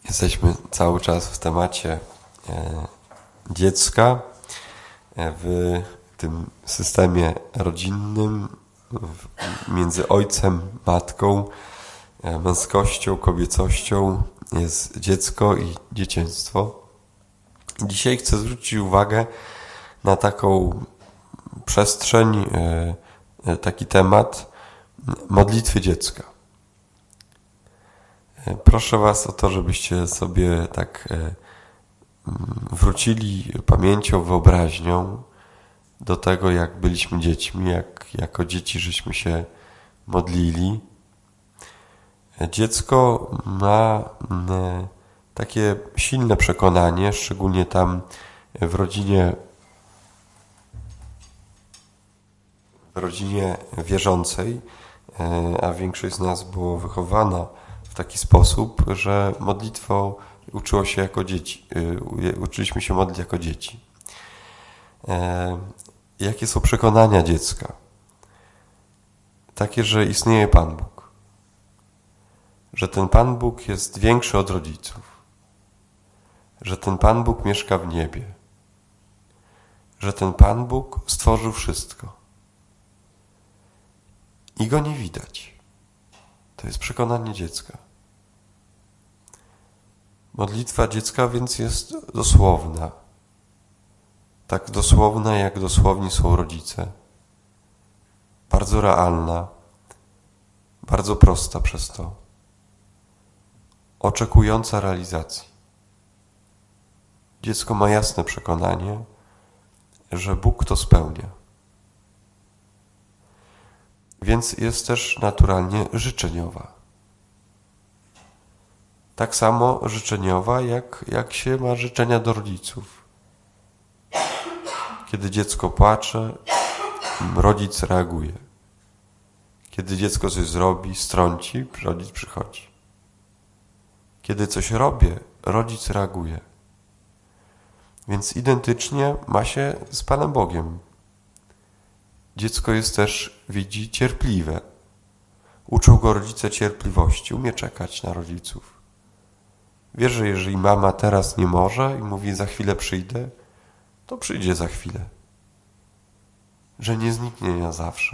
Jesteśmy cały czas w temacie dziecka, w tym systemie rodzinnym, między ojcem, matką, męskością, kobiecością jest dziecko i dzieciństwo. Dzisiaj chcę zwrócić uwagę na taką przestrzeń, taki temat modlitwy dziecka. Proszę Was o to, żebyście sobie tak wrócili pamięcią, wyobraźnią do tego, jak byliśmy dziećmi, jak jako dzieci żeśmy się modlili. Dziecko ma takie silne przekonanie, szczególnie tam w rodzinie wierzącej, a większość z nas było wychowana w taki sposób, że modlitwą uczyło się jako dzieci. Uczyliśmy się modlić jako dzieci. Jakie są przekonania dziecka? Takie, że istnieje Pan Bóg. Że ten Pan Bóg jest większy od rodziców. Że ten Pan Bóg mieszka w niebie. Że ten Pan Bóg stworzył wszystko. I Go nie widać. To jest przekonanie dziecka. Modlitwa dziecka więc jest dosłowna. Tak dosłowna, jak dosłowni są rodzice. Bardzo realna. Bardzo prosta przez to. Oczekująca realizacji. Dziecko ma jasne przekonanie, że Bóg to spełnia. Więc jest też naturalnie życzeniowa. Tak samo życzeniowa, jak się ma życzenia do rodziców. Kiedy dziecko płacze, rodzic reaguje. Kiedy dziecko coś zrobi, strąci, rodzic przychodzi. Kiedy coś robię, rodzic reaguje. Więc identycznie ma się z Panem Bogiem. Dziecko jest też, widzi, cierpliwe. Uczą go rodzice cierpliwości, umie czekać na rodziców. Wie, że jeżeli mama teraz nie może i mówi za chwilę przyjdę, to przyjdzie za chwilę. Że nie zniknie na zawsze.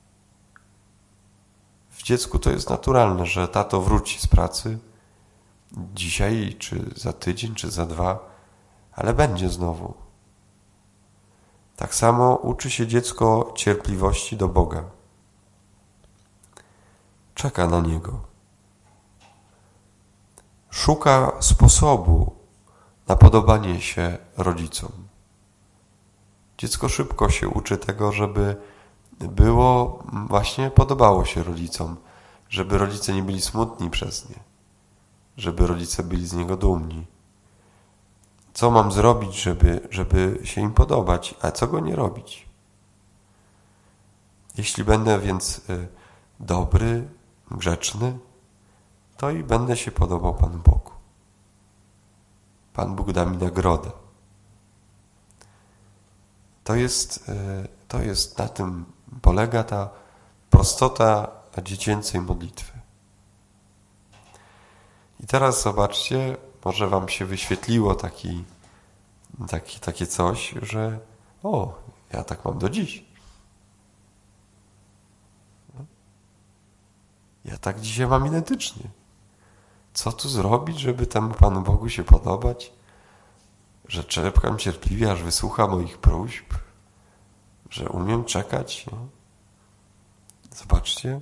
W dziecku to jest naturalne, że tato wróci z pracy dzisiaj, czy za tydzień, czy za 2, ale będzie znowu. Tak samo uczy się dziecko cierpliwości do Boga. Czeka na Niego. Szuka sposobu na podobanie się rodzicom. Dziecko szybko się uczy tego, żeby podobało się rodzicom, żeby rodzice nie byli smutni przez nie, żeby rodzice byli z niego dumni. Co mam zrobić, żeby się im podobać, a co go nie robić? Jeśli będę więc dobry, grzeczny, to i będę się podobał Panu Bogu. Pan Bóg da mi nagrodę. To jest na tym polega ta prostota dziecięcej modlitwy. I teraz zobaczcie, może wam się wyświetliło takie coś, że ja tak mam do dziś. Ja tak dzisiaj mam identycznie. Co tu zrobić, żeby temu Panu Bogu się podobać? Że czekam cierpliwie, aż wysłucha moich próśb? Że umiem czekać? No? Zobaczcie.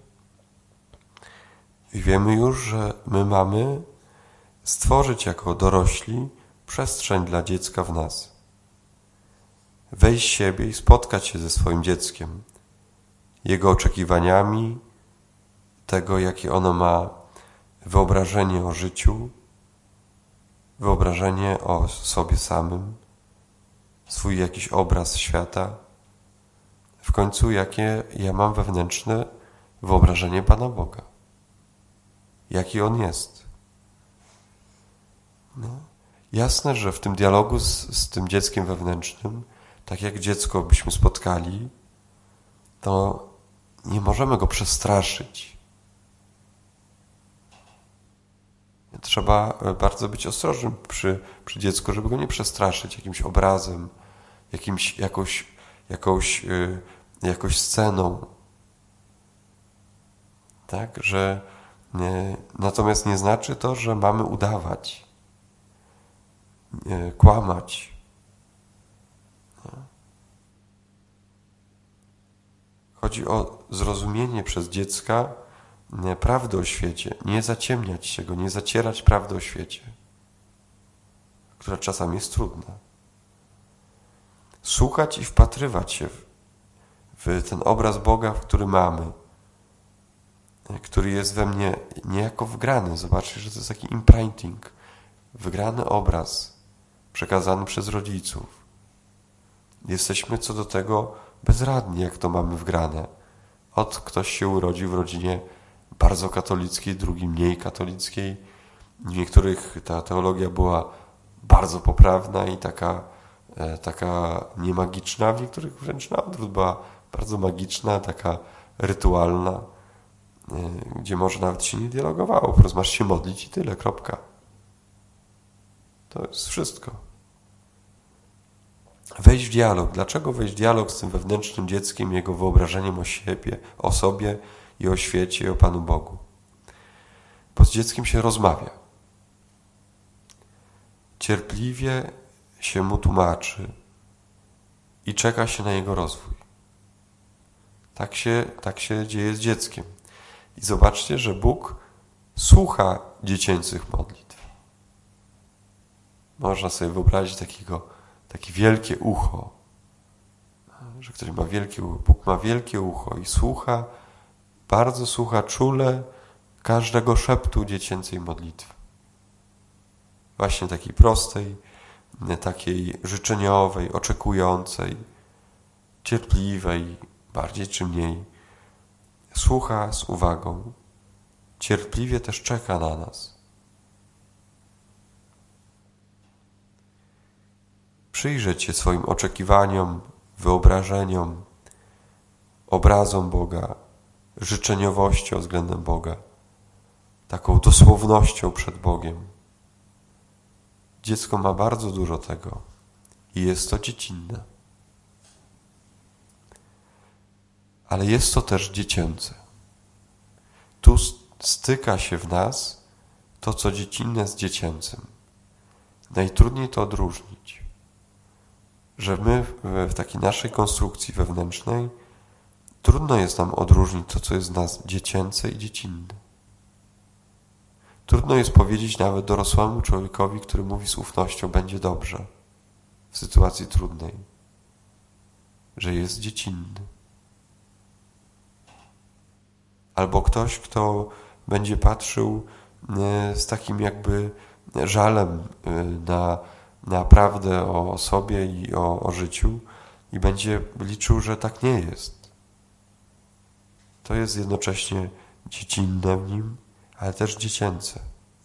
I wiemy już, że my mamy stworzyć jako dorośli przestrzeń dla dziecka w nas. Wejść w siebie i spotkać się ze swoim dzieckiem. Jego oczekiwaniami, tego, jakie ono ma wyobrażenie o życiu, wyobrażenie o sobie samym, swój jakiś obraz świata. W końcu, jakie ja mam wewnętrzne wyobrażenie Pana Boga. Jaki On jest. No. Jasne, że w tym dialogu z tym dzieckiem wewnętrznym, tak jak dziecko byśmy spotkali, to nie możemy go przestraszyć. trzeba bardzo być ostrożnym przy dziecku, żeby go nie przestraszyć jakimś obrazem, jakąś sceną. Tak, że natomiast nie znaczy to, że mamy udawać, kłamać. Chodzi o zrozumienie przez dziecka prawdy o świecie, nie zaciemniać się go, nie zacierać prawdy o świecie, która czasami jest trudna. Słuchać i wpatrywać się w ten obraz Boga, który mamy, który jest we mnie niejako wgrany. Zobaczcie, że to jest taki imprinting, wgrany obraz przekazany przez rodziców. Jesteśmy co do tego bezradni, jak to mamy wgrane. Ktoś się urodził w rodzinie bardzo katolickiej, drugi mniej katolickiej. W niektórych ta teologia była bardzo poprawna i taka niemagiczna, w niektórych wręcz na odwrót była bardzo magiczna, taka rytualna, gdzie może nawet się nie dialogowało, po prostu masz się modlić i tyle, kropka. To jest wszystko. Wejść w dialog. Dlaczego wejść w dialog z tym wewnętrznym dzieckiem, jego wyobrażeniem o sobie i o świecie i o Panu Bogu? Bo z dzieckiem się rozmawia. Cierpliwie się mu tłumaczy i czeka się na jego rozwój. Tak się dzieje z dzieckiem. I zobaczcie, że Bóg słucha dziecięcych modlitw. Można sobie wyobrazić takie wielkie ucho, że ktoś ma wielkie ucho. Bóg ma wielkie ucho i bardzo słucha czule każdego szeptu dziecięcej modlitwy. Właśnie takiej prostej, takiej życzeniowej, oczekującej, cierpliwej, bardziej czy mniej. Słucha z uwagą, cierpliwie też czeka na nas. Przyjrzeć się swoim oczekiwaniom, wyobrażeniom, obrazom Boga, życzeniowością względem Boga, taką dosłownością przed Bogiem. Dziecko ma bardzo dużo tego i jest to dziecinne. Ale jest to też dziecięce. Tu styka się w nas to, co dziecinne z dziecięcym. Najtrudniej to odróżnić, że my w takiej naszej konstrukcji wewnętrznej trudno jest nam odróżnić to, co jest w nas dziecięce i dziecinne. Trudno jest powiedzieć nawet dorosłemu człowiekowi, który mówi z ufnością, będzie dobrze w sytuacji trudnej, że jest dziecinny. Albo ktoś, kto będzie patrzył z takim jakby żalem na prawdę o sobie i o życiu i będzie liczył, że tak nie jest. To jest jednocześnie dziecinne w nim, ale też dziecięce.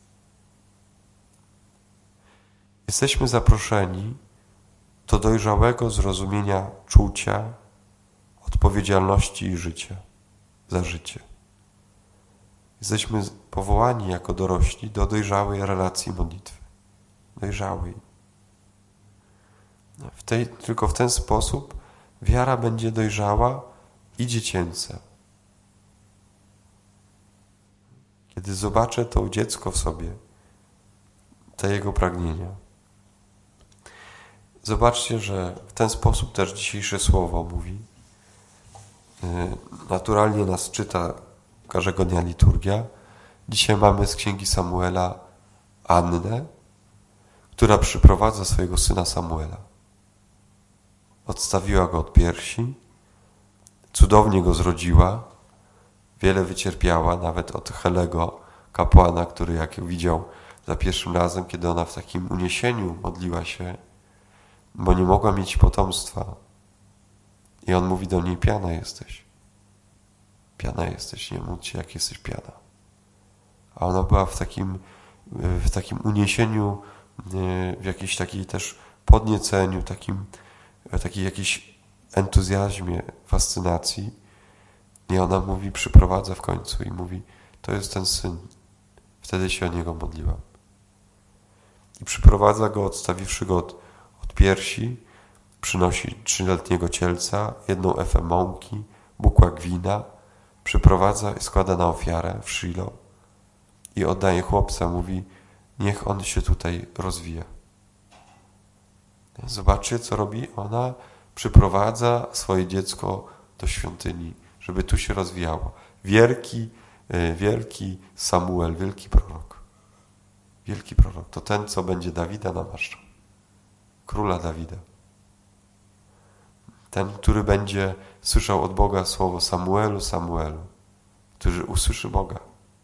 Jesteśmy zaproszeni do dojrzałego zrozumienia czucia, odpowiedzialności i życia za życie. Jesteśmy powołani jako dorośli do dojrzałej relacji modlitwy. Dojrzałej. Tylko w ten sposób wiara będzie dojrzała i dziecięca. Kiedy zobaczę to dziecko w sobie, te jego pragnienia. Zobaczcie, że w ten sposób też dzisiejsze słowo mówi. Naturalnie nas czyta każdego dnia liturgia. Dzisiaj mamy z księgi Samuela Annę, która przyprowadza swojego syna Samuela. Odstawiła go od piersi, cudownie go zrodziła, wiele wycierpiała, nawet od Helego, kapłana, który jak ją widział za pierwszym razem, kiedy ona w takim uniesieniu modliła się, bo nie mogła mieć potomstwa. I on mówi do niej, piana jesteś. Piana jesteś, nie módl się, jak jesteś piana. A ona była w takim uniesieniu, w jakiejś takiej też podnieceniu, takiej jakiejś entuzjazmie, fascynacji. I ona mówi, przyprowadza w końcu i mówi, to jest ten syn. Wtedy się o niego modliłam. i przyprowadza go, odstawiwszy go od piersi, przynosi 3-letniego cielca, 1 efę mąki, bukłak wina, przyprowadza i składa na ofiarę w Shilo i oddaje chłopca, mówi, niech on się tutaj rozwija. Zobaczcie, co robi ona. Przyprowadza swoje dziecko do świątyni, żeby tu się rozwijało. Wielki Samuel, wielki prorok. Wielki prorok. To ten, co będzie Dawida namaszczał. Króla Dawida. Ten, który będzie słyszał od Boga słowo Samuelu, Samuelu, który usłyszy Boga.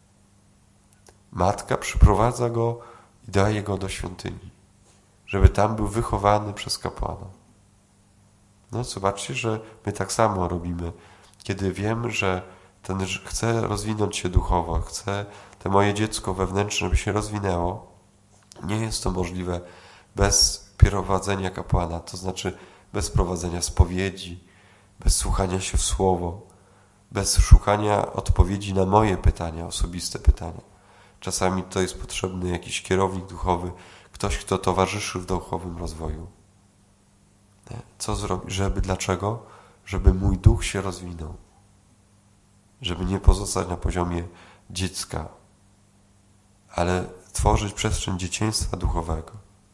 Matka przyprowadza go i daje go do świątyni, żeby tam był wychowany przez kapłana. No zobaczcie, że my tak samo robimy. Kiedy wiem, że chcę rozwinąć się duchowo, chcę to moje dziecko wewnętrzne, żeby się rozwinęło, nie jest to możliwe bez prowadzenia kapłana, to znaczy bez prowadzenia spowiedzi, bez słuchania się w słowo, bez szukania odpowiedzi na moje pytania, osobiste pytania. Czasami to jest potrzebny jakiś kierownik duchowy, ktoś, kto towarzyszy w duchowym rozwoju. Co zrobić? Dlaczego? Żeby mój duch się rozwinął. Żeby nie pozostać na poziomie dziecka, ale tworzyć przestrzeń dzieciństwa duchowego.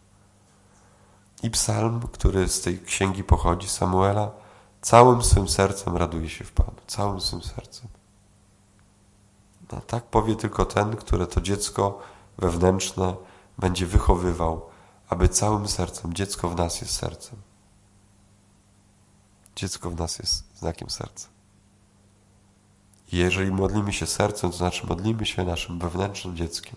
I psalm, który z tej księgi pochodzi, Samuela, całym swym sercem raduje się w Panu. Całym swym sercem. No, tak powie tylko ten, które to dziecko wewnętrzne będzie wychowywał, aby całym sercem, dziecko w nas jest sercem. Dziecko w nas jest znakiem serca. I jeżeli modlimy się sercem, to znaczy modlimy się naszym wewnętrznym dzieckiem.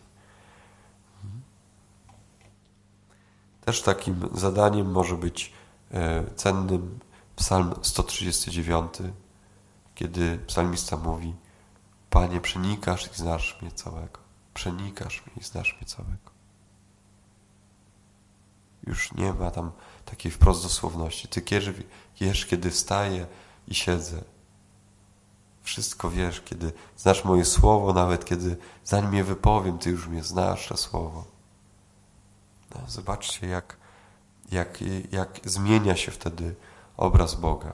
Też takim zadaniem może być cennym Psalm 139, kiedy psalmista mówi: Panie, przenikasz i znasz mnie całego. Przenikasz mnie i znasz mnie całego. Już nie ma tam takiej wprost dosłowności. Ty wiesz, kiedy wstaję i siedzę. Wszystko wiesz, kiedy znasz moje słowo, nawet kiedy zanim je wypowiem, Ty już mnie znasz, to słowo. No, zobaczcie, jak zmienia się wtedy obraz Boga.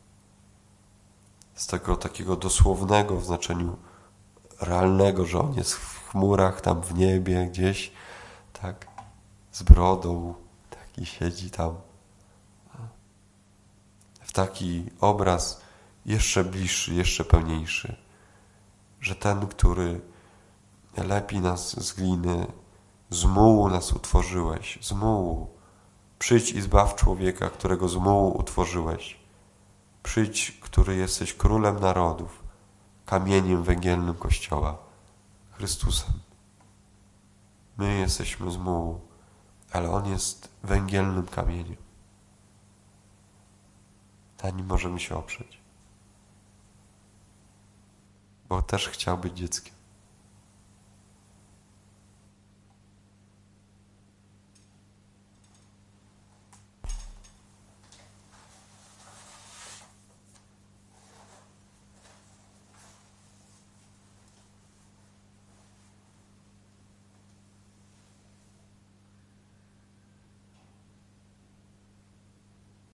Z tego takiego dosłownego w znaczeniu realnego, że On jest w chmurach, tam w niebie gdzieś, tak, z brodą, tak, i siedzi tam. W taki obraz jeszcze bliższy, jeszcze pełniejszy, że ten, który lepi nas z gliny, z mułu nas utworzyłeś, z mułu. Przyjdź i zbaw człowieka, którego z mułu utworzyłeś. Przyjdź, który jesteś królem narodów, kamieniem węgielnym Kościoła, Chrystusem. My jesteśmy z mułu, ale On jest węgielnym kamieniem. Na nim możemy się oprzeć. Bo też chciał być dzieckiem.